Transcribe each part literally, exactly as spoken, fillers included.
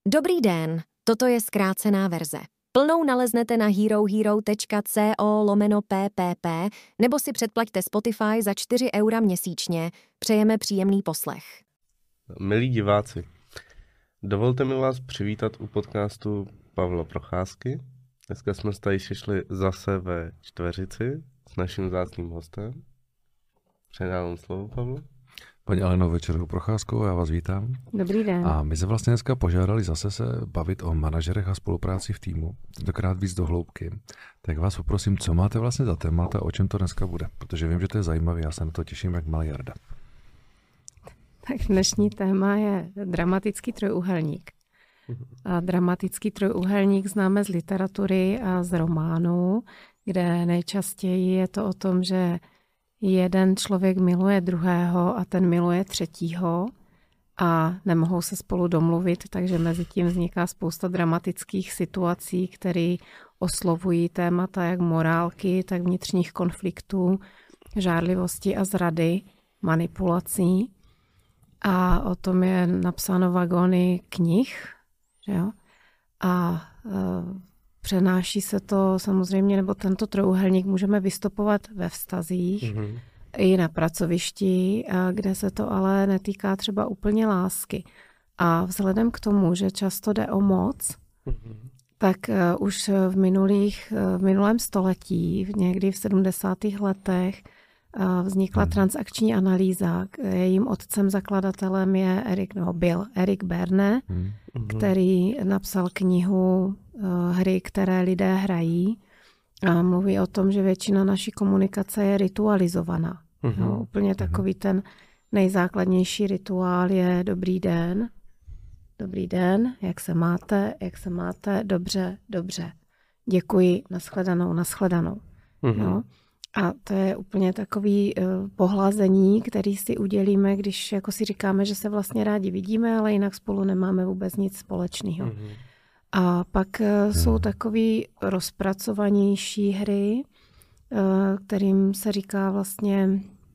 Dobrý den, toto je zkrácená verze. Plnou naleznete na herohero.co lomeno ppp nebo si předplaťte Spotify za čtyři eura měsíčně. Přejeme příjemný poslech. Milí diváci, dovolte mi vás přivítat u podcastu Pavla Procházky. Dneska jsme se tady sešli zase ve čtveřici s naším vzácným hostem. Předávám slovo, Pavlu. Paní Aleno Večerovou Procházkovou, já vás vítám. Dobrý den. A my se vlastně dneska požádali zase se bavit o manažerech a spolupráci v týmu, tentokrát víc do hloubky. Tak vás poprosím, co máte vlastně za témata, o čem to dneska bude, protože vím, že to je zajímavé, já se na to těším jak malý Jarda. Tak dnešní téma je dramatický trojúhelník. A dramatický trojúhelník známe z literatury a z románů, kde nejčastěji je to o tom, že jeden člověk miluje druhého a ten miluje třetího a nemohou se spolu domluvit, takže mezi tím vzniká spousta dramatických situací, které oslovují témata jak morálky, tak vnitřních konfliktů, žárlivosti a zrady, manipulací. A o tom je napsáno vagony knih, že jo? A e, přenáší se to samozřejmě, nebo tento trojúhelník můžeme vystupovat ve vztazích, mm-hmm. i na pracovišti, kde se to ale netýká třeba úplně lásky. A vzhledem k tomu, že často jde o moc, mm-hmm. tak uh, už v minulých, v minulém století, někdy v sedmdesátých letech, uh, vznikla mm. transakční analýza. Jejím otcem zakladatelem je Erik, no, byl Erik Berne, mm. který napsal knihu uh, Hry, které lidé hrají. A mluví o tom, že většina naší komunikace je ritualizovaná. Mm-hmm. No, úplně takový ten nejzákladnější rituál je dobrý den. Dobrý den, jak se máte, jak se máte, dobře, dobře. Děkuji, nashledanou, nashledanou. Mm-hmm. No. A to je úplně takový uh, pohlazení, který si udělíme, když jako si říkáme, že se vlastně rádi vidíme, ale jinak spolu nemáme vůbec nic společného. Mm-hmm. A pak uh, jsou takový rozpracovanější hry, uh, kterým se říká vlastně,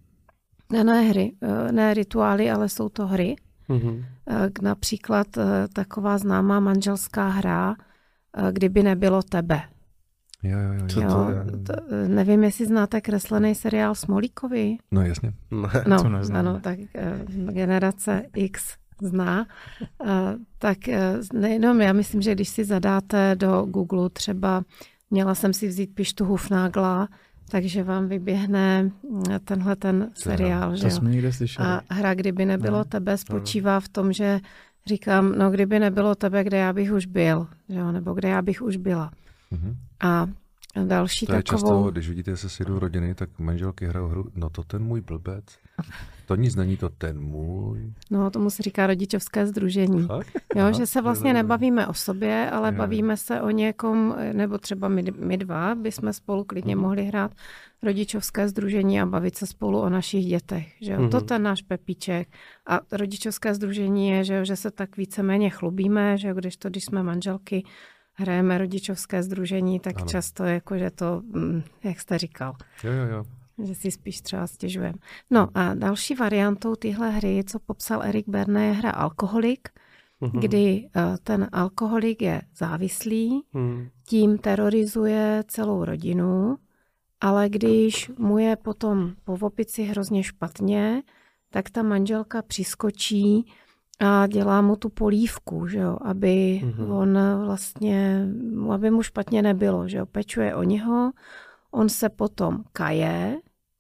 ne, ne hry, uh, ne rituály, ale jsou to hry. Mm-hmm. Uh, například uh, taková známá manželská hra, uh, Kdyby nebylo tebe. Jo, jo, jo. Co to jo, je? To, nevím, jestli znáte kreslený seriál Smolíkovi. No jasně. No, ano, tak uh, generace X zná, uh, tak uh, nejenom já myslím, že když si zadáte do Google třeba měla jsem si vzít pištu Hufnagla, takže vám vyběhne tenhle ten seriál. To že jsme někde slyšeli. A hra Kdyby nebylo no, tebe spočívá v tom, že říkám, no kdyby nebylo tebe, kde já bych už byl, že jo? Nebo kde já bych už byla. Mm-hmm. A další to takovou... je často, když vidíte se synu rodiny, tak manželky hrajou hru, no to ten můj blbec. To nic není, to ten můj. No, tomu se říká rodičovské sdružení. Jo, že se vlastně nebavíme o sobě, ale je. bavíme se o někom, nebo třeba my, my dva bychom spolu klidně mm. mohli hrát rodičovské sdružení a bavit se spolu o našich dětech. Že jo? Mm. To ten náš Pepíček. A rodičovské sdružení je, že, že se tak víceméně chlubíme, že když to, když jsme manželky, hrajeme rodičovské sdružení, tak ano. často jako, že to, jak jste říkal. Jo, jo, jo. Že si spíš třeba stěžujeme. No a další variantou téhle hry, co popsal Erik Berne, je hra Alkoholik, uh-huh. kdy uh, ten alkoholik je závislý, uh-huh. tím terorizuje celou rodinu, ale když mu je potom po opici hrozně špatně, tak ta manželka přiskočí a dělá mu tu polívku, že jo, aby uh-huh. on vlastně, aby mu špatně nebylo, že jo, pečuje o něho. On se potom kaje,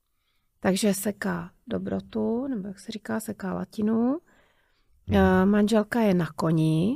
takže seká dobrotu, nebo jak se říká, seká latinu. Mm. Manželka je na koni,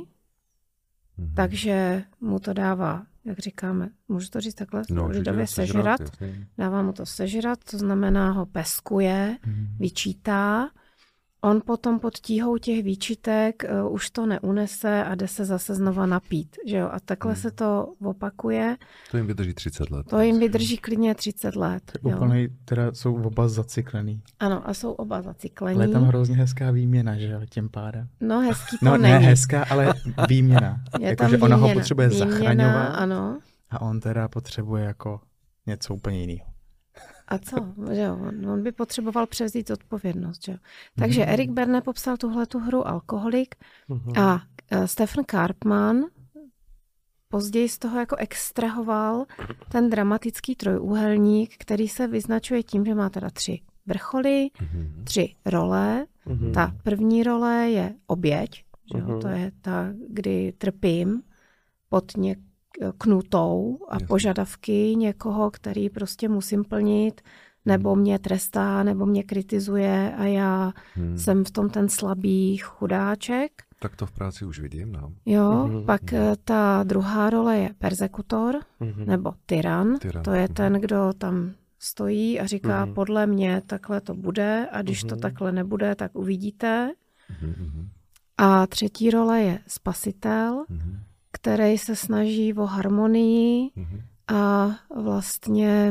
mm. takže mu to dává, jak říkáme, můžu to říct takhle, no, lidově sežrat. sežrat dává mu to sežrat, to znamená ho peskuje, mm. vyčítá. On potom pod tíhou těch výčitek uh, už to neunese a jde se zase znova napít. Že jo? A takhle hmm. se to opakuje. To jim vydrží třicet let. To jim vydrží klidně třicet let. Tak úplně teda jsou oba zacyklený. Ano, a jsou oba zacyklení. Ale je tam hrozně hezká výměna, že jo, tím pádem. No hezký to no, není. Ne hezká, ale výměna. Je jako, tam že výměna. Ona ho potřebuje výměna, zachraňovat ano. A on teda potřebuje jako něco úplně jiného. A co? Že jo? On by potřeboval převzít odpovědnost. Že jo? Takže mm. Erik Berne popsal tuhletu hru Alkoholik mm. a Stephen Karpman později z toho jako extrahoval ten dramatický trojúhelník, který se vyznačuje tím, že má teda tři vrcholy, mm. tři role. Mm. Ta první role je oběť, že jo? Mm. To je ta, kdy trpím pod něk knutou a požadavky někoho, který prostě musím plnit, nebo mě trestá, nebo mě kritizuje a já hmm. jsem v tom ten slabý chudáček. Tak to v práci už vidím, no. Jo, hmm. pak ta druhá role je persekutor, hmm. nebo tyran. tyran. To je ten, kdo tam stojí a říká, hmm. podle mě takhle to bude a když hmm. to takhle nebude, tak uvidíte. Hmm. A třetí role je spasitel, hmm. který se snaží o harmonii mm-hmm. a vlastně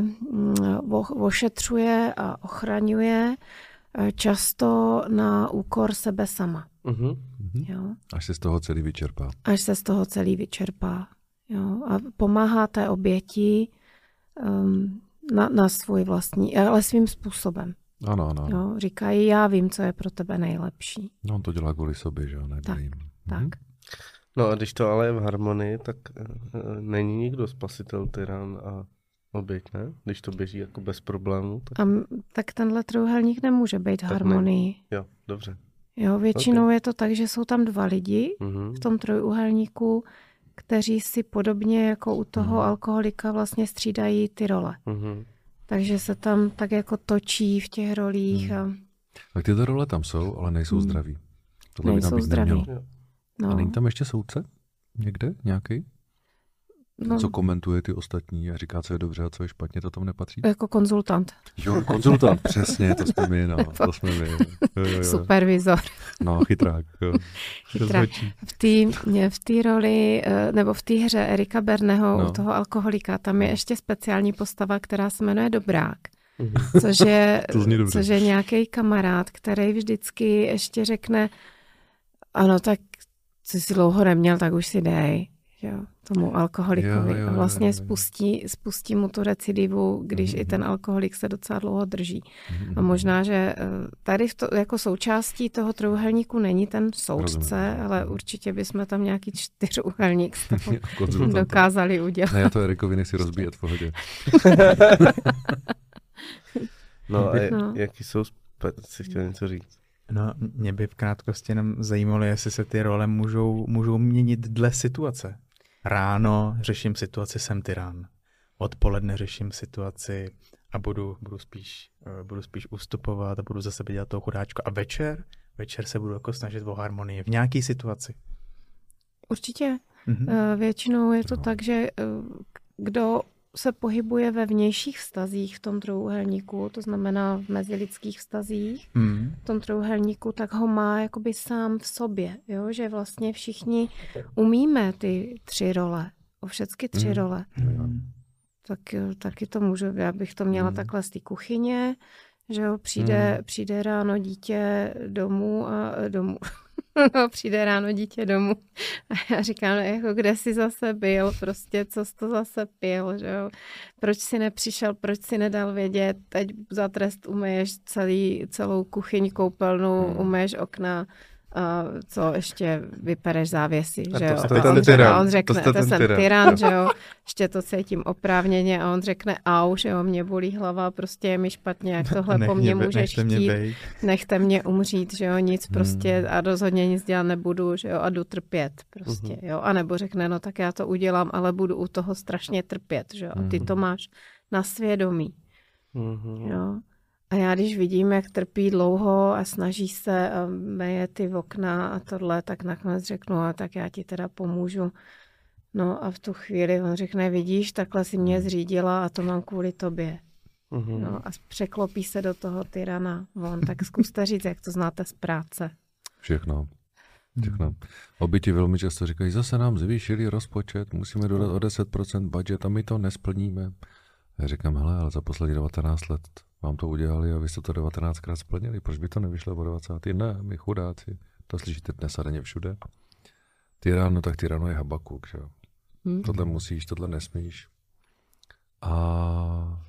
ošetřuje a ochraňuje často na úkor sebe sama. Mm-hmm. Jo? Až se z toho celý vyčerpá. Až se z toho celý vyčerpá. Jo? A pomáhá té oběti um, na, na svůj vlastní, ale svým způsobem. Ano, ano. Jo? Říkají, já vím, co je pro tebe nejlepší. No, on to dělá kvůli sobě, že jo? Tak, mm-hmm. tak. No a když to ale je v harmonii, tak uh, není nikdo spasitel, tyran a oběť, ne? Když to běží jako bez problémů. Tak, a m- tak tenhle trojúhelník nemůže být v harmonii. Ne. Jo, dobře. Jo, většinou okay. je to tak, že jsou tam dva lidi mm-hmm. v tom trojúhelníku, kteří si podobně jako u toho mm-hmm. alkoholika vlastně střídají ty role. Mm-hmm. Takže se tam tak jako točí v těch rolích. Mm. A... Tak tyto role tam jsou, ale nejsou mm. zdraví. Tohle nejsou by tam být zdraví. Nemělo. No. A není tam ještě soudce? Někde? Nějaký? No. Co komentuje ty ostatní a říká, co je dobře a co je špatně, to tam nepatří? Jako konzultant. Jo, konzultant, přesně, to jsme my, no, to jsme my. Jo, jo, jo. Supervizor. No, chytrák. Jo. Chytrák. V té roli, nebo v té hře Erika Berneho, no. u toho alkoholika, tam je ještě speciální postava, která se jmenuje Dobrák. Což je, což je nějaký kamarád, který vždycky ještě řekne, ano, tak co jsi dlouho neměl, tak už si dej, jo, tomu alkoholikovi. Jo, jo, a vlastně jo, jo. Spustí, spustí mu tu recidivu, když mm-hmm. i ten alkoholik se docela dlouho drží. Mm-hmm. A možná, že tady v to, jako součástí toho trojúhelníku není ten soudce, Rozumím. Ale určitě bychom tam nějaký čtyřúhelník z toho dokázali udělat. Ne, já to Erikovi nechci rozbíjet v pohodě. No a no. jaký jsou, si chtěl něco říct? No, mě by v krátkosti jenom zajímalo, jestli se ty role můžou, můžou měnit dle situace. Ráno řeším situaci, jsem tyran. Odpoledne řeším situaci a budu, budu, spíš, budu spíš ustupovat a budu za sebe dělat toho chudáčka. A večer, večer se budu jako snažit o harmonii v nějaké situaci. Určitě. Mm-hmm. Většinou je to no. tak, že kdo se pohybuje ve vnějších vztazích v tom trojúhelníku, to znamená v mezilidských vztazích, mm. v tom trojúhelníku, tak ho má jakoby sám v sobě, jo? Že vlastně všichni umíme ty tři role, o všechny tři mm. role. Mm. Tak taky to můžu, já bych to měla mm. takhle z té kuchyně, že jo, přijde, mm. přijde ráno dítě domů a domů. No, přijde ráno dítě domů a já říkám, no, jako kde jsi zase byl, prostě co jsi to zase pil, že jo? Proč jsi nepřišel, proč jsi nedal vědět, teď za trest umyješ celý, celou kuchyň, koupelnu, hmm. umyješ okna, a co ještě vypereš závěsy, že jo? To, to, to a on řekne, to, to jsem tyran, že jo? Ještě to cítím oprávněně a on řekne au, že jo, mě bolí hlava, prostě je mi špatně, jak tohle Nech po mně můžeš nechte chtít, mě nechte mě umřít, že jo, nic prostě hmm. a rozhodně nic dělat nebudu, že jo, a jdu trpět prostě, uh-huh. jo, a nebo řekne, no tak já to udělám, ale budu u toho strašně trpět, že jo, a ty to máš na svědomí, uh-huh. jo. A já když vidím, jak trpí dlouho a snaží se a meje ty okna a tohle, tak nakonec řeknu, a tak já ti teda pomůžu. No a v tu chvíli on řekne, vidíš, takhle si mě zřídila a to mám kvůli tobě. Uhum. No a překlopí se do toho tyrana. On, tak zkuste říct, jak to znáte z práce. Všechno. Všechno. Oběti velmi často říkají, zase nám zvýšili rozpočet, musíme dodat o deset procent budget a my to nesplníme. Já říkám, hele, ale za poslední devatenáct let vám to udělali a vy jste to devatenáctkrát splnili. Proč by to nevyšlo po dvacátém? Ne, my chudáci. To slyšíte dnes a denně všude. Tyran, no tak tyrano je habakuk, že jo. Hmm. Tohle musíš, tohle nesmíš. A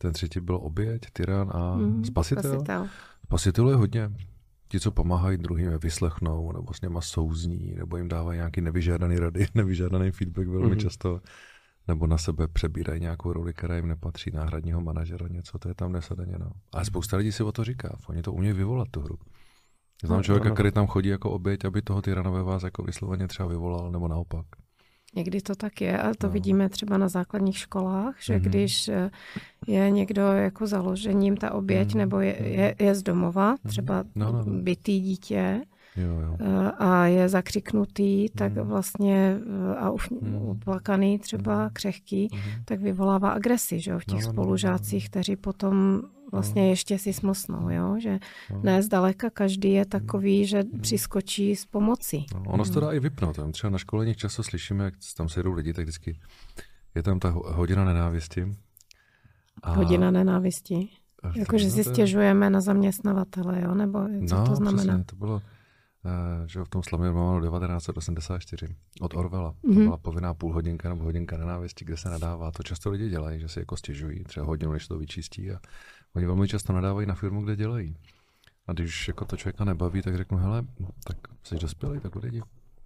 ten třetí byl oběť, tyran a Mm, spasitel. spasitel. Spasitelů je hodně. Ti, co pomáhají druhým, je vyslechnou, nebo s něma souzní, nebo jim dávají nějaký nevyžádaný rady, nevyžádaný feedback velmi mm-hmm. často, nebo na sebe přebírají nějakou roli, která jim nepatří, náhradního manažera, něco, to je tam nesadeně. No. Ale spousta lidí si o to říká, oni to umějí vyvolat tu hru. Znám člověka, který tam chodí jako oběť, aby toho tyrana ve vás jako vysloveně třeba vyvolal, nebo naopak. Někdy to tak je a to no. vidíme třeba na základních školách, že mm-hmm. když je někdo jako založením ta oběť mm-hmm. nebo je, je, je z domova, třeba no, no, no. bitý dítě jo, jo. a je zakřiknutý, tak mm. vlastně a už mm. uplakaný třeba, křehký, mm. tak vyvolává agresi, že jo, v těch no, no, spolužácích, kteří potom vlastně no. ještě si smlsnou, jo, že no. ne zdaleka každý je takový, že přiskočí s pomocí. No, ono se to dá i vypnout. Tam třeba na školeních často slyšíme, jak tam se jdou lidi, tak vždycky je tam ta hodina nenávisti. A... Hodina nenávisti? Jakože si stěžujeme na zaměstnavatele, jo? Nebo co no, to znamená? Přesně, to bylo že v tom slavném románu devatenáct set osmdesát čtyři od Orwella. Mm-hmm. To byla povinná půl hodinka nebo hodinka nenávisti, kde se nadává. To často lidi dělají, že si jako stěžují, třeba hodinu, než to vyčistí. A oni velmi často nadávají na firmu, kde dělají. A když jako to člověka nebaví, tak řeknu, hele, tak jsi dospělý, tak odejdi.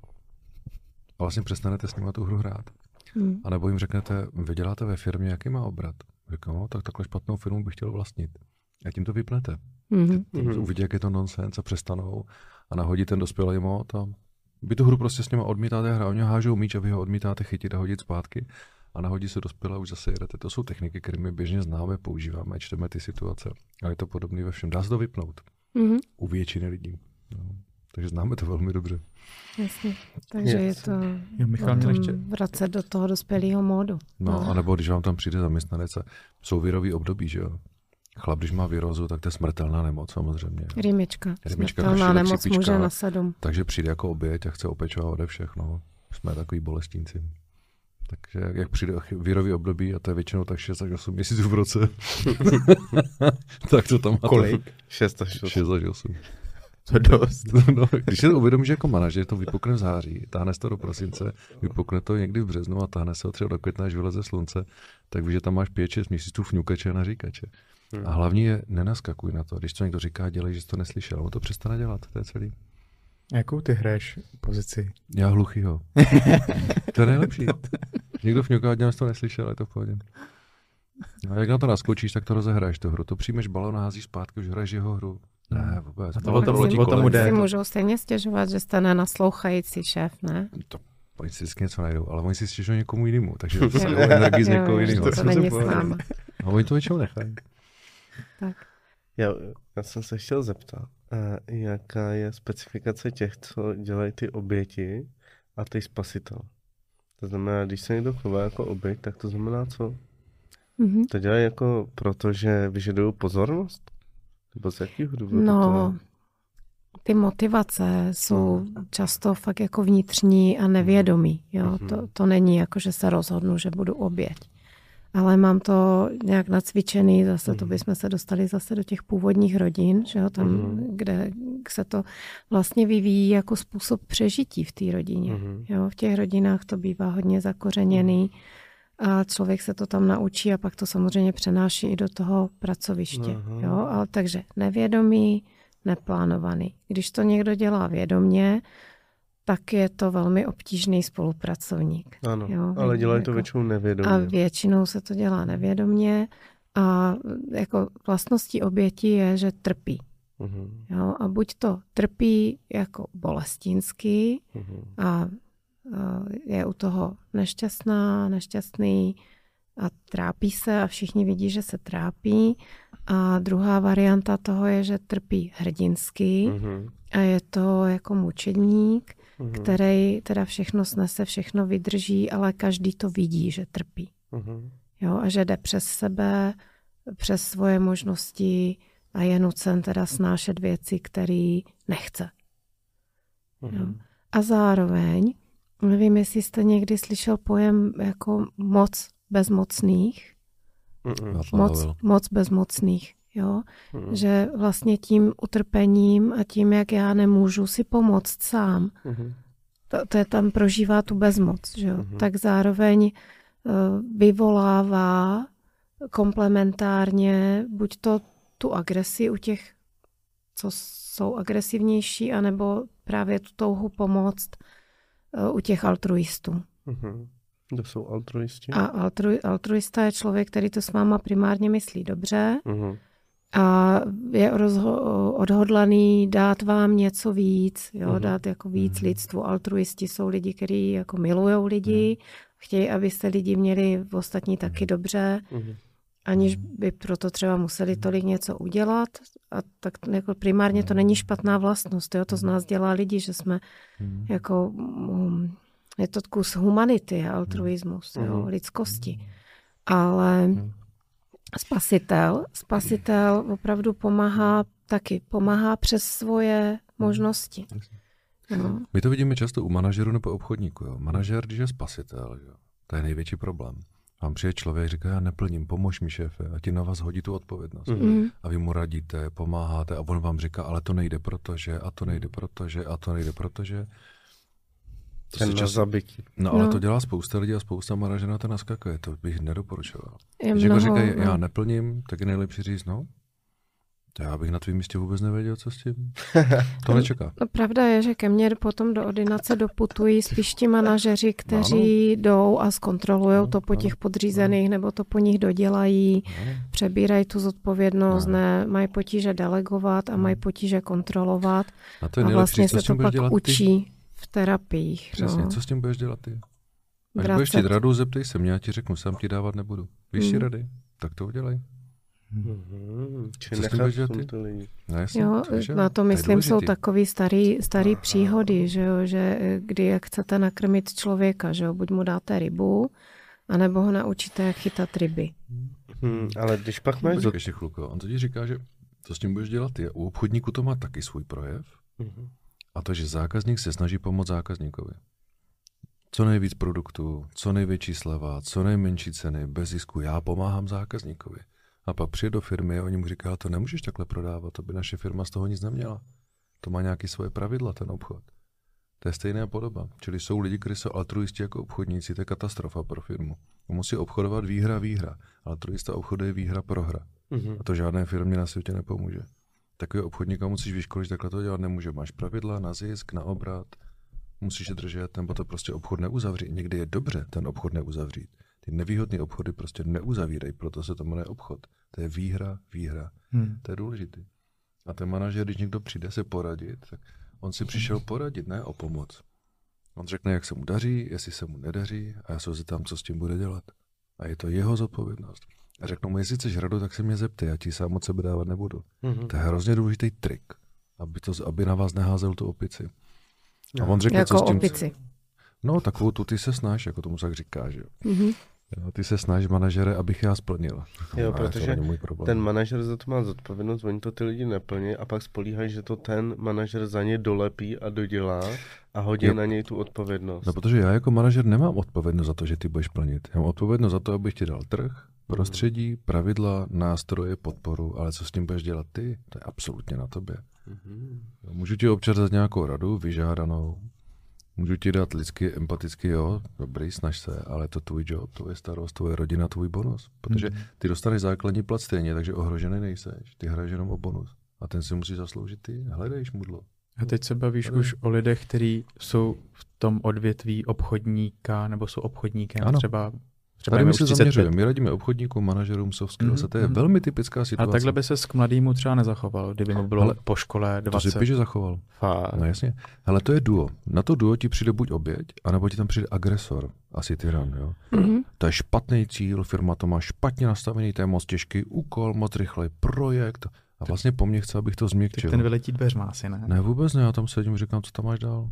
A vlastně přestanete s nimi tu hru hrát. Hmm. A nebo jim řeknete, vy děláte ve firmě, jaký má obrat? Řeknu, no, tak takhle špatnou firmu bych chtěl vlastnit. A tím to vypnete. Hmm. Uvidí, jak je to nonsens a přestanou a nahodí ten dospělý mod a vy tu hru prostě s nimi odmítáte hrát. Oni hážou míč a vy ho odmítáte chytit a hodit zpátky a nahodí se dospělé a už zase jedete. To jsou techniky, které my běžně známe, používáme, čteme ty situace. A je to podobné ve všem. Dá se to vypnout. Mm-hmm. U většiny lidí. No. Takže známe to velmi dobře. Jasně. Takže je, je to jo, Michal měl ještě... vracet do toho dospělého módu. No, no, anebo když vám tam přijde zaměstnanec a jsou virový období, že jo. Chlap, když má virózu, tak to je smrtelná nemoc samozřejmě. Rýmička. Rýmička smrtelná nemoc může na sedm. Takže přijde jako oběť a chce opečovat ode všech. No. Jsme takový bolestínci. Takže jak přijde virový období, a to je většinou tak šest až osm měsíců v roce, tak to tam má. Kolik? šest až osm. To je dost. No, když se to uvědomí, že jako manažer to vypukne v září, táhne se to do prosince, vypukne to někdy v březnu a táhne se to třeba do května, až vyleze slunce, tak víš, že tam máš pět šest měsíců fňukače a naříkače. Hmm. A hlavní je, nenaskakuj na to. Když to někdo říká, dělej, že jsi to neslyšel, on to přestane dělat, to je celý. Jakou ty hraješ pozici? Já hluchýho. To je nejlepší. Někdo fňuká, dělám, jsi to neslyšel, je to v pohodě. A jak na to naskočíš, tak to rozehraješ tu hru. To přijmeš balón a házíš zpátky, už hraješ jeho hru. Ne, vůbec. A to o tom, o tom jde. Si můžou stejně stěžovat, že jste nenaslouchající šéf, ne? To, oni si vždycky něco najdou, ale oni si stěžují někomu jinému, takže to se energii z někoho jiného. To není s náma. A oni to většinou nechají. Tak. Já, já jsem se chtěl zeptat, uh, jaká je specifikace těch, co dělají ty oběti a ty spasitel. To znamená, když se někdo chová jako oběť, tak to znamená co? Mm-hmm. To dělají jako proto, že vyžadují pozornost? Nebo z jakého důvodu? No, ty motivace jsou často fakt jako vnitřní a nevědomí. Jo? Mm-hmm. To, to není jako, že se rozhodnu, že budu oběť. Ale mám to nějak nacvičený, zase to bychom se dostali zase do těch původních rodin, že jo, tam, mm. kde se to vlastně vyvíjí jako způsob přežití v té rodině. Mm. Jo, v těch rodinách to bývá hodně zakořeněný a člověk se to tam naučí a pak to samozřejmě přenáší i do toho pracoviště. Mm. Jo, ale takže nevědomý, neplánovaný. Když to někdo dělá vědomě, tak je to velmi obtížný spolupracovník. Ano, jo, ale dělají jako, to většinou nevědomě. A většinou se to dělá nevědomě a jako vlastností oběti je, že trpí. Uh-huh. Jo, a buď to trpí jako bolestinsky uh-huh. a, a je u toho nešťastná, nešťastný a trápí se a všichni vidí, že se trápí. A druhá varianta toho je, že trpí hrdinsky uh-huh. a je to jako mučedník, uh-huh. který teda všechno snese, všechno vydrží, ale každý to vidí, že trpí. Uh-huh. Jo, a že jde přes sebe, přes svoje možnosti a je nucen teda snášet věci, které nechce. Uh-huh. Jo. A zároveň, nevím, jestli jste někdy slyšel pojem jako moc bezmocných, moc, moc bezmocných. Jo? Mm. Že vlastně tím utrpením a tím, jak já nemůžu si pomoct sám, mm. to, to je tam prožívá tu bezmoc, že jo? Mm. Tak zároveň uh, vyvolává komplementárně buď to tu agresi u těch, co jsou agresivnější, anebo právě tu touhu pomoct u těch altruistů. Uh-huh. Kdo jsou altruisti? A altru, altruista je člověk, který to s váma primárně myslí dobře Uh-huh. a je rozho- odhodlaný dát vám něco víc, jo, Uh-huh. dát jako víc lidstvu. Altruisti jsou lidi, kteří jako milujou lidi, uh-huh. chtějí, abyste lidi měli v ostatní taky dobře, Uh-huh. aniž by proto třeba museli tolik něco udělat. A tak jako primárně to není špatná vlastnost. Jo? To z nás dělá lidi, že jsme jako... Um, je to kus humanity, altruismus, jo? Lidskosti. Ale spasitel, spasitel opravdu pomáhá taky. Pomáhá přes svoje možnosti. No. My to vidíme často u manažerů nebo obchodníků. Jo. Manažer, když je spasitel, jo, to je největší problém. Vám přijde člověk, říká, já neplním, pomož mi, šéfe, a ti na vás hodí tu odpovědnost. Mm-hmm. A vy mu radíte, pomáháte a on vám říká, ale to nejde protože, a to nejde protože, a to nejde protože. To Ten čas zabití. No, ale no. to dělá spousta lidí a spousta manažerů na to naskakuje. To bych nedoporučoval. Je Když mnoho, jako říkají, no. já neplním, tak je nejlepší říct, no, to já bych na tvém místě vůbec nevěděl, co s tím. To nečeká. No, pravda je, že ke mně potom do ordinace doputují spíš ti manažeři, kteří ano. jdou a zkontrolujou to po těch podřízených, ano. nebo to po nich dodělají, ano. přebírají tu zodpovědnost, ano. ne, mají potíže delegovat a mají potíže kontrolovat. A, to je a vlastně se to pak učí ty? v terapiích. Přesně, no. co s tím budeš dělat ty? Až Vracet. budeš chtít radu, zeptej se mě, já ti řeknu, sám ti dávat nebudu. Víš Hmm. si rady? Tak to udělej. Mm-hmm. Či Co s tím budeš dělat ty? No, jasně, Jo, to víš, na to myslím, jsou takový starý, starý příhody, že, jo, že kdy jak chcete nakrmit člověka, že jo, buď mu dáte rybu, anebo ho naučíte, jak chytat ryby. Hmm, ale když pak máš... Počkej ještě chvilku, on totiž říká, že co s tím budeš dělat ty. U obchodníku to má taky svůj projev. Mm-hmm. A to, že zákazník se snaží pomoct zákazníkovi. Co nejvíc produktů, co největší sleva, co nejmenší ceny, bez zisku, já pomáhám zákazníkovi. A pak přijde do firmy a oni mu říkají, to nemůžeš takhle prodávat, to by naše firma z toho nic neměla. To má nějaké svoje pravidla, ten obchod. To je stejná podoba. Čili jsou lidi, kteří jsou altruisti jako obchodníci, to je katastrofa pro firmu. Musí obchodovat výhra, výhra. Altruista obchoduje výhra, prohra. Mm-hmm. A to žádné firmě na světě nepomůže. Takový obchodníka musíš vyškolit, takhle to dělat nemůže. Máš pravidla na zisk, na obrat, musíš je držet, nebo to prostě obchod neuzavřít. Někdy je dobře ten obchod neuzavřít. Ty nevýhodné obchody prostě neuzavírají, proto se to jmenuje obchod. To je výhra, výhra. Hmm. To je důležité. A ten manažer, když někdo přijde se poradit, tak on si přišel poradit, ne o pomoc. On řekne, jak se mu daří, jestli se mu nedaří a já se zeptám, co s tím bude dělat. A je to jeho zodpovědnost. A řeknu mu, jestli chceš radu, tak se mě zeptej, já ti sám od sebe dávat nebudu. Mm-hmm. To je hrozně důležitý trik, aby, to, aby na vás neházel tu opici. A on řekne, jako co s tím... opici. No, takovou tu ty se snaž, jako tomu tak říká, že jo. Mm-hmm. Jo, ty se snaž, manažere, abych já splnil. Jo, protože ten manažer za to má zodpovědnost, oni to ty lidi neplní a pak spolíhají, že to ten manažer za ně dolepí a dodělá a hodí jo. na něj tu odpovědnost. No, protože já jako manažer nemám odpovědnost za to, že ty budeš plnit. Já mám odpovědnost za to, abych ti dal trh, prostředí, pravidla, nástroje, podporu, ale co s tím budeš dělat ty, to je absolutně na tobě. Mm-hmm. Můžu ti občas dát nějakou radu, vyžádanou, můžu ti dát lidsky, empaticky, jo, dobrý, snaž se, ale to tvůj job, tvoje starost, tvoje rodina, tvůj bonus. Protože ty dostaneš základní plat stejně, takže ohrožený nejseš. Ty hraješ jenom o bonus. A ten si musí zasloužit ty, hledej šmudlo. A teď se bavíš hledej. Už o lidech, kteří jsou v tom odvětví obchodníka, nebo jsou obchodníkem, ano. třeba Tady my se zaměřujeme, my radíme obchodníkům, manažerům, soft skills, mm-hmm. to je velmi typická situace. A takhle by se k mladýmu třeba nezachoval, kdyby mu bylo ale po škole dvacet. To si píš, že zachoval. Fakt. No jasně. Hele, to je duo. Na to duo ti přijde buď oběť, anebo ti tam přijde agresor, asi tyran, jo. Mm-hmm. To je špatný cíl, firma to má špatně nastavený, to je moc těžký úkol, moc rychlej projekt. A vlastně po mně chce, abych to změkčil. Tak ten vyletí dveřma asi, ne? Ne, vůbec ne, já tam sedím, říkám, co tam máš dál.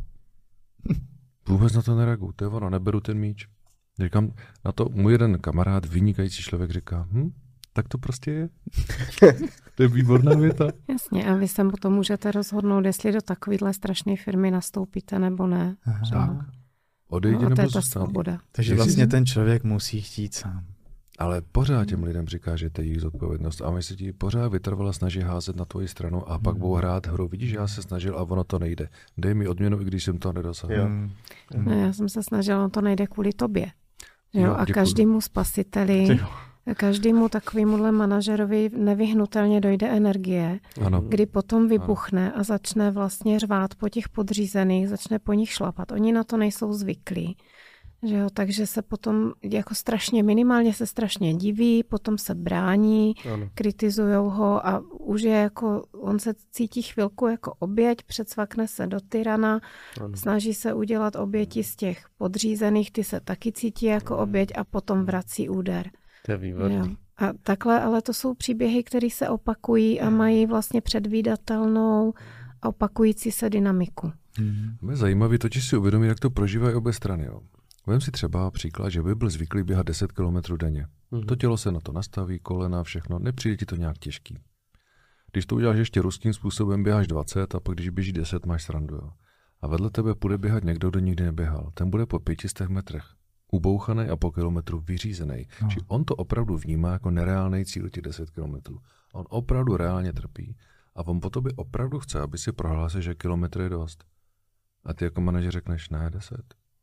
Vůbec na to nereaguju, to je ono, neberu ten míč. Říkám, na to můj jeden kamarád, vynikající člověk, říká, hm, tak to prostě je. To je výborná věta. Jasně, a vy se potom můžete rozhodnout, jestli do takovéhle strašné firmy nastoupíte nebo ne. Aha. Tak. Odejdi no, nebo to je ta zůstat. svoboda. Takže vlastně ten člověk musí chtít sám. Ale pořád těm lidem říká, že to je jejich zodpovědnost a my se ti pořád vytrvala snaží házet na tvoji stranu a pak hmm. budou hrát hru. Vidíš, já se snažil a ono to nejde. Dej mi odměnu, i když jsem to nedosáhl. Hmm. No, já jsem se snažila, on to nejde kvůli tobě. Jo, jo, a každému spasiteli Každému takovémuhle manažerovi nevyhnutelně dojde energie, Ano. kdy potom vybuchne a začne vlastně řvát po těch podřízených, začne po nich šlapat. Oni na to nejsou zvyklí. Že jo? Takže se potom jako strašně, minimálně se strašně diví, potom se brání, Ano. kritizujou ho a už je jako, on se cítí chvilku jako oběť, předsvakne se do tyrana, Ano. snaží se udělat oběti z těch podřízených, ty se taky cítí jako oběť a potom vrací úder. To je výborný. Jo. A takhle, ale to jsou příběhy, které se opakují a mají vlastně předvídatelnou a opakující se dynamiku. Hmm. Je zajímavý totiž si uvědomit, jak to prožívají obě strany. Jo. Vem si třeba příklad, že by byl zvyklý běhat deset kilometrů denně. Mhm. To tělo se na to nastaví, kolena, všechno, nepřijde ti to nějak těžký. Když to uděláš ještě ruským způsobem, běháš dvacet a pak když běží deset, máš srandu. Jo. A vedle tebe půjde běhat někdo, kdo nikdy neběhal. Ten bude po pětistech metrech ubouchaný a po kilometru vyřízený. No. Či on to opravdu vnímá jako nereálný cíl těch deset kilometrů. On opravdu reálně trpí a on po tobě opravdu chce, aby si prohlásil, že kilometr je dost. A ty jako manažer řekneš, ne, deset.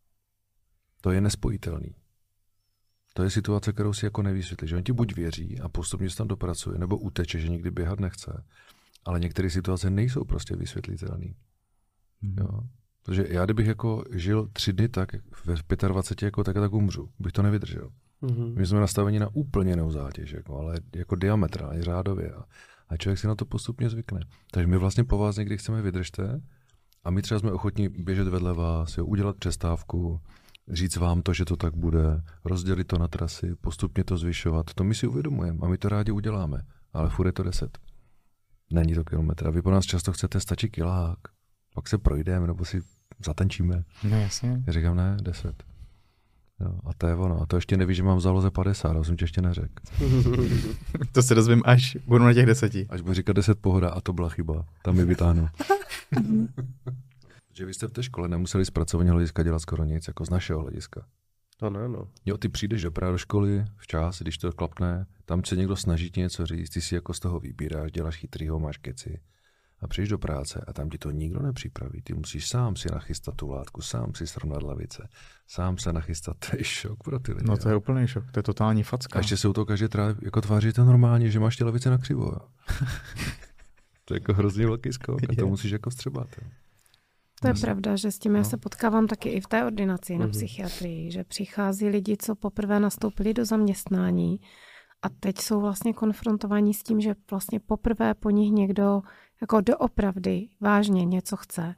To je nespojitelný. To je situace, kterou si jako nevysvětlí, že on ti buď věří a postupně se tam dopracuje, nebo uteče, že nikdy běhat nechce. Ale některé situace nejsou prostě vysvětlitelné. Hmm. Jo. Protože já, kdybych jako žil tři dny tak, ve dvaceti pěti jako tak, tak umřu. Bych to nevydržel. Mm-hmm. My jsme nastaveni na úplně jinou zátěž, jako, ale jako diametrálně, řádově. A, a člověk si na to postupně zvykne. Takže my vlastně po vás někdy chceme vydržte a my třeba jsme ochotní běžet vedle vás, jo, udělat přestávku, říct vám to, že to tak bude, rozdělit to na trasy, postupně to zvyšovat. To my si uvědomujeme a my to rádi uděláme. Ale furt je to deset. Není to kilometr. A vy po nás často chcete, stačí kilák. Pak se projdeme, nebo si zatančíme. No jasně. Já říkám, ne, deset. Jo, a to je ono. A to ještě nevíš, že mám v záloze padesát, to jsem ti ještě neřekl. To se dozvím, až budu na těch deseti. Až budu říkat deset pohoda a to byla chyba. Tam mi vytáhnu. Že vy jste v té škole nemuseli z pracovního hlediska dělat skoro nic, jako z našeho hlediska. To ne, no. Jo, ty přijdeš do právě do školy včas, když to klapne, tam se někdo snaží ti něco říct, ty si jako z toho vybíráš, děláš chytrýho, máš keci. A přijdeš do práce a tam ti to nikdo nepřipraví. Ty musíš sám si nachystat tu látku, sám si srovnat lavice, sám se nachystat. To je šok pro ty lidi. No to je úplný šok, to je totální facka. A ještě se u toho každý tráví, jako tváříte normálně, že máš ty lavice na křivo. To je jako hrozně velký skok a to musíš jako vstřebat. Jo. To je pravda, že s tím no. já se potkávám taky i v té ordinaci na Mhm. psychiatrii, že přichází lidi, co poprvé nastoupili do zaměstnání a teď jsou vlastně konfrontovaní s tím, že vlastně poprvé po nich někdo jako doopravdy vážně něco chce.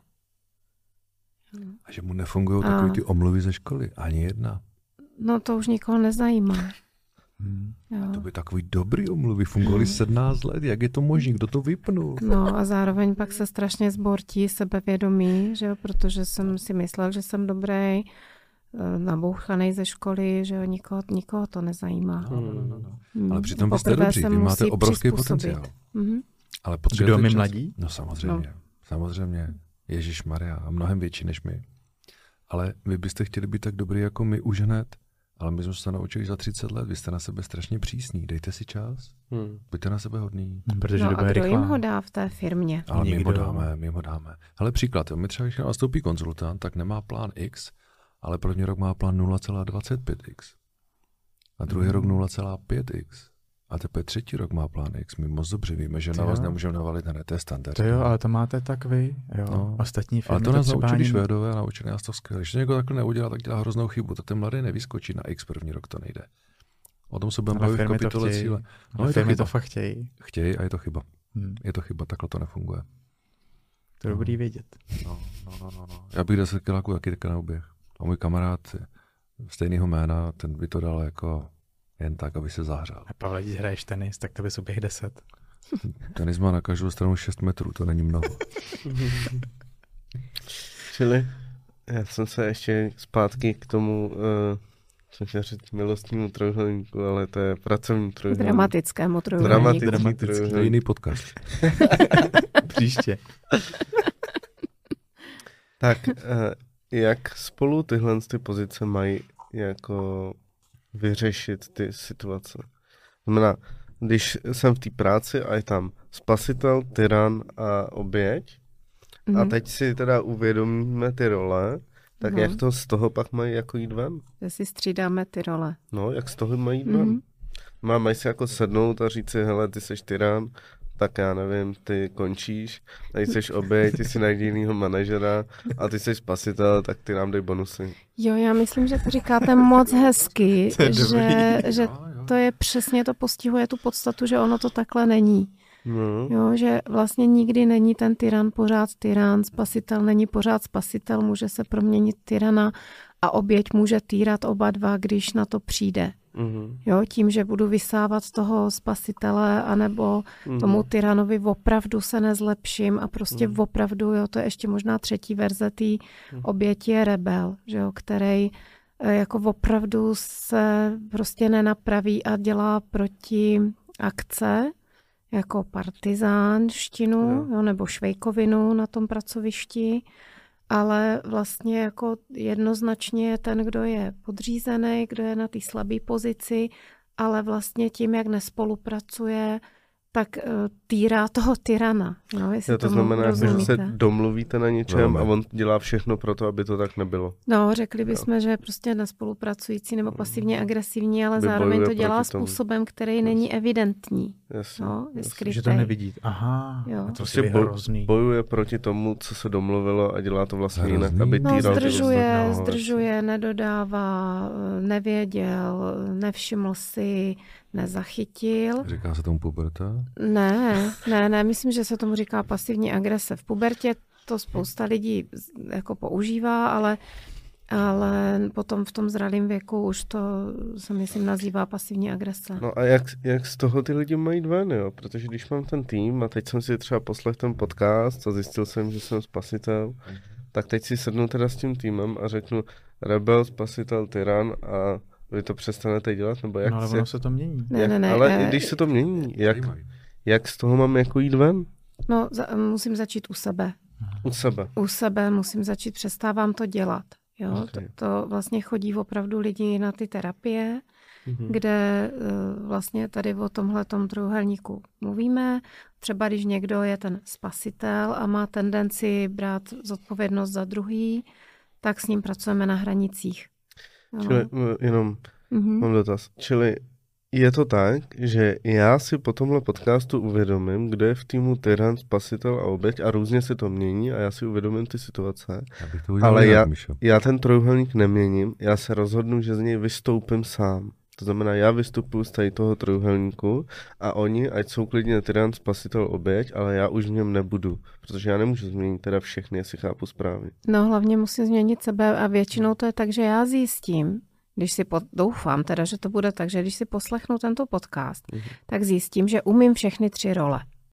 A že mu nefungují takový ty omluvy ze školy, ani jedna. No to už nikoho nezajímá. Hmm. Jo. To by takový dobrý omluvy, fungovaly sedmnáct let, jak je to možné, kdo to vypnul? No a zároveň pak se strašně zbortí sebevědomí, že jo, protože jsem si myslel, že jsem dobrý, nabouchanej ze školy, že jo, nikoho, nikoho to nezajímá. No, no, no, no. Hmm. Ale přitom vy jste Poprvé dobří, se vy máte musí obrovský přizpůsobit. potenciál. Mhm. Ale Kdo my čas. mladí? No samozřejmě, no. samozřejmě. Ježišmarja, a mnohem větší než my. Ale vy byste chtěli být tak dobrý jako my už hned, ale my jsme se naučili za třicet let, vy jste na sebe strašně přísní, dejte si čas, Hmm. buďte na sebe hodný. Protože No doba a je kdo jim rychlá. ho dá v té firmě? Ale my Nikdo. ho dáme, my ho dáme. Hele, příklad, jo, my třeba, když nastoupí konzultant, tak nemá plán X, ale první rok má plán nula celá dvacet pět x. A druhý Hmm. rok nula celá pět x. A teprve třetí rok má plán X. My moc dobře víme, že Ty na vás jo. nemůžeme navalit, ne, to je standard. To jo, ale to máte tak vy, jo. No. Ostatní firmy Ale to nás třeba naučili ani- Švédové a naučili nás to skvěle. Když to někdo takhle neudělá, tak dělá hroznou chybu. Tak ten mladý nevyskočí na X první rok, to nejde. O tom se budeme Ale bavit v firmy to kapitole chtějí. cíle. No, No, je to firmy chyba. to fakt chtějí. Chtějí a je to chyba. Hmm. Je to chyba, takhle to nefunguje. To je dobrý vědět. No, no, no, no, no. Já bych deset kiláků taky teďka neuběh. A můj kamarád stejného jména, ten by to dal jako jen tak, aby se zahřál. A Pavle, když hraješ tenis, tak to bys uběh deset. Tenis má na každou stranu šest metrů, to není mnoho. Čili já jsem se ještě zpátky k tomu, uh, co chtěl říct, milostnímu trojuhelníku, ale to je pracovní trojuhelník. Dramatickému trojuhelníku. Dramatický, Dramatický. To je trojuhelník. jiný podcast. Příště. Tak, uh, jak spolu tyhle ty pozice mají jako vyřešit ty situace? Znamená, když jsem v té práci a je tam spasitel, tyran a oběť, Mhm. a teď si teda uvědomíme ty role, tak Mhm. jak to z toho pak mají jako jít ven? Že si střídáme ty role. No, jak z toho mají jít ven? Mhm. Má, mají si jako sednout a říct si, hele, ty seš tyran, tak já nevím, ty končíš, tady seš oběť, ty si najdi jinýho manažera a ty seš spasitel, tak ty nám dej bonusy. Jo, já myslím, že to říkáte moc hezky, že, že to je přesně, to postihuje tu podstatu, že ono to takhle není. No. Jo, že vlastně nikdy není ten tyran pořád tyran, spasitel není pořád spasitel, může se proměnit tyrana a oběť může týrat oba dva, když na to přijde. Mm-hmm. Jo, tím, že budu vysávat toho spasitele, anebo mm-hmm. tomu tyranovi opravdu se nezlepším a prostě mm-hmm. opravdu, jo, to je ještě možná třetí verze té mm-hmm. oběti je rebel, že jo, který jako opravdu se prostě nenapraví a dělá proti akce, jako partizánštinu, jo, nebo švejkovinu na tom pracovišti, ale vlastně jako jednoznačně je ten, kdo je podřízený, kdo je na té slabé pozici, ale vlastně tím, jak nespolupracuje, tak uh, týrá toho tyrana. No, ja, to znamená, že se domluvíte na něčem no, a on dělá všechno pro to, aby to tak nebylo. No, řekli bychom, no. že je prostě nespolupracující nebo pasivně agresivní, ale by zároveň to dělá způsobem, který není evidentní. Jasně, no, jasně. Že to nevidí. Aha, jo. A to prostě boj, bojuje proti tomu, co se domluvilo a dělá to vlastně jinak, aby týral. No, zdržuje, zdržuje, nedodává, nevěděl, nevšiml si, nezachytil. Říká se tomu puberta? Ne, ne, ne, myslím, že se tomu říká pasivní agrese. V pubertě to spousta lidí jako používá, ale, ale potom v tom zralém věku už to se myslím nazývá pasivní agrese. No a jak, jak z toho ty lidi mají ven, jo? Protože když mám ten tým a teď jsem si třeba poslechl ten podcast a zjistil jsem, že jsem spasitel, tak teď si sednu teda s tím týmem a řeknu rebel, spasitel, tyran a vy to přestanete dělat? Nebo jak no ale si, ono se to mění. Ne, ne, ne, ale ne, i když se to mění, jak, jak z toho mám jako jít ven? No, za, musím začít u sebe. U sebe. U sebe musím začít, přestávám to dělat. Jo? Okay. To, to vlastně chodí opravdu lidi na ty terapie, mm-hmm. kde uh, vlastně tady o tomhletom trojúhelníku mluvíme. Třeba když někdo je ten spasitel a má tendenci brát zodpovědnost za druhý, tak s ním pracujeme na hranicích. Jo? Čili jenom mm-hmm. mám dotaz. Čili je to tak, že já si po tomhle podcastu uvědomím, kdo je v týmu tyran, spasitel a oběť a různě se to mění a já si uvědomím ty situace. Já ale já, já ten trojúhelník neměním, já se rozhodnu, že z něj vystoupím sám. To znamená, já vystupuji z tady toho trojúhelníku a oni, ať jsou klidně tyran, spasitel, oběť, ale já už v něm nebudu, protože já nemůžu změnit teda všechny, jestli chápu správně. No hlavně musím změnit sebe a většinou to je tak, že já zjistím, když si pod, doufám teda, že to bude tak, že když si poslechnu tento podcast, mm-hmm. tak zjistím, že umím všechny tři role.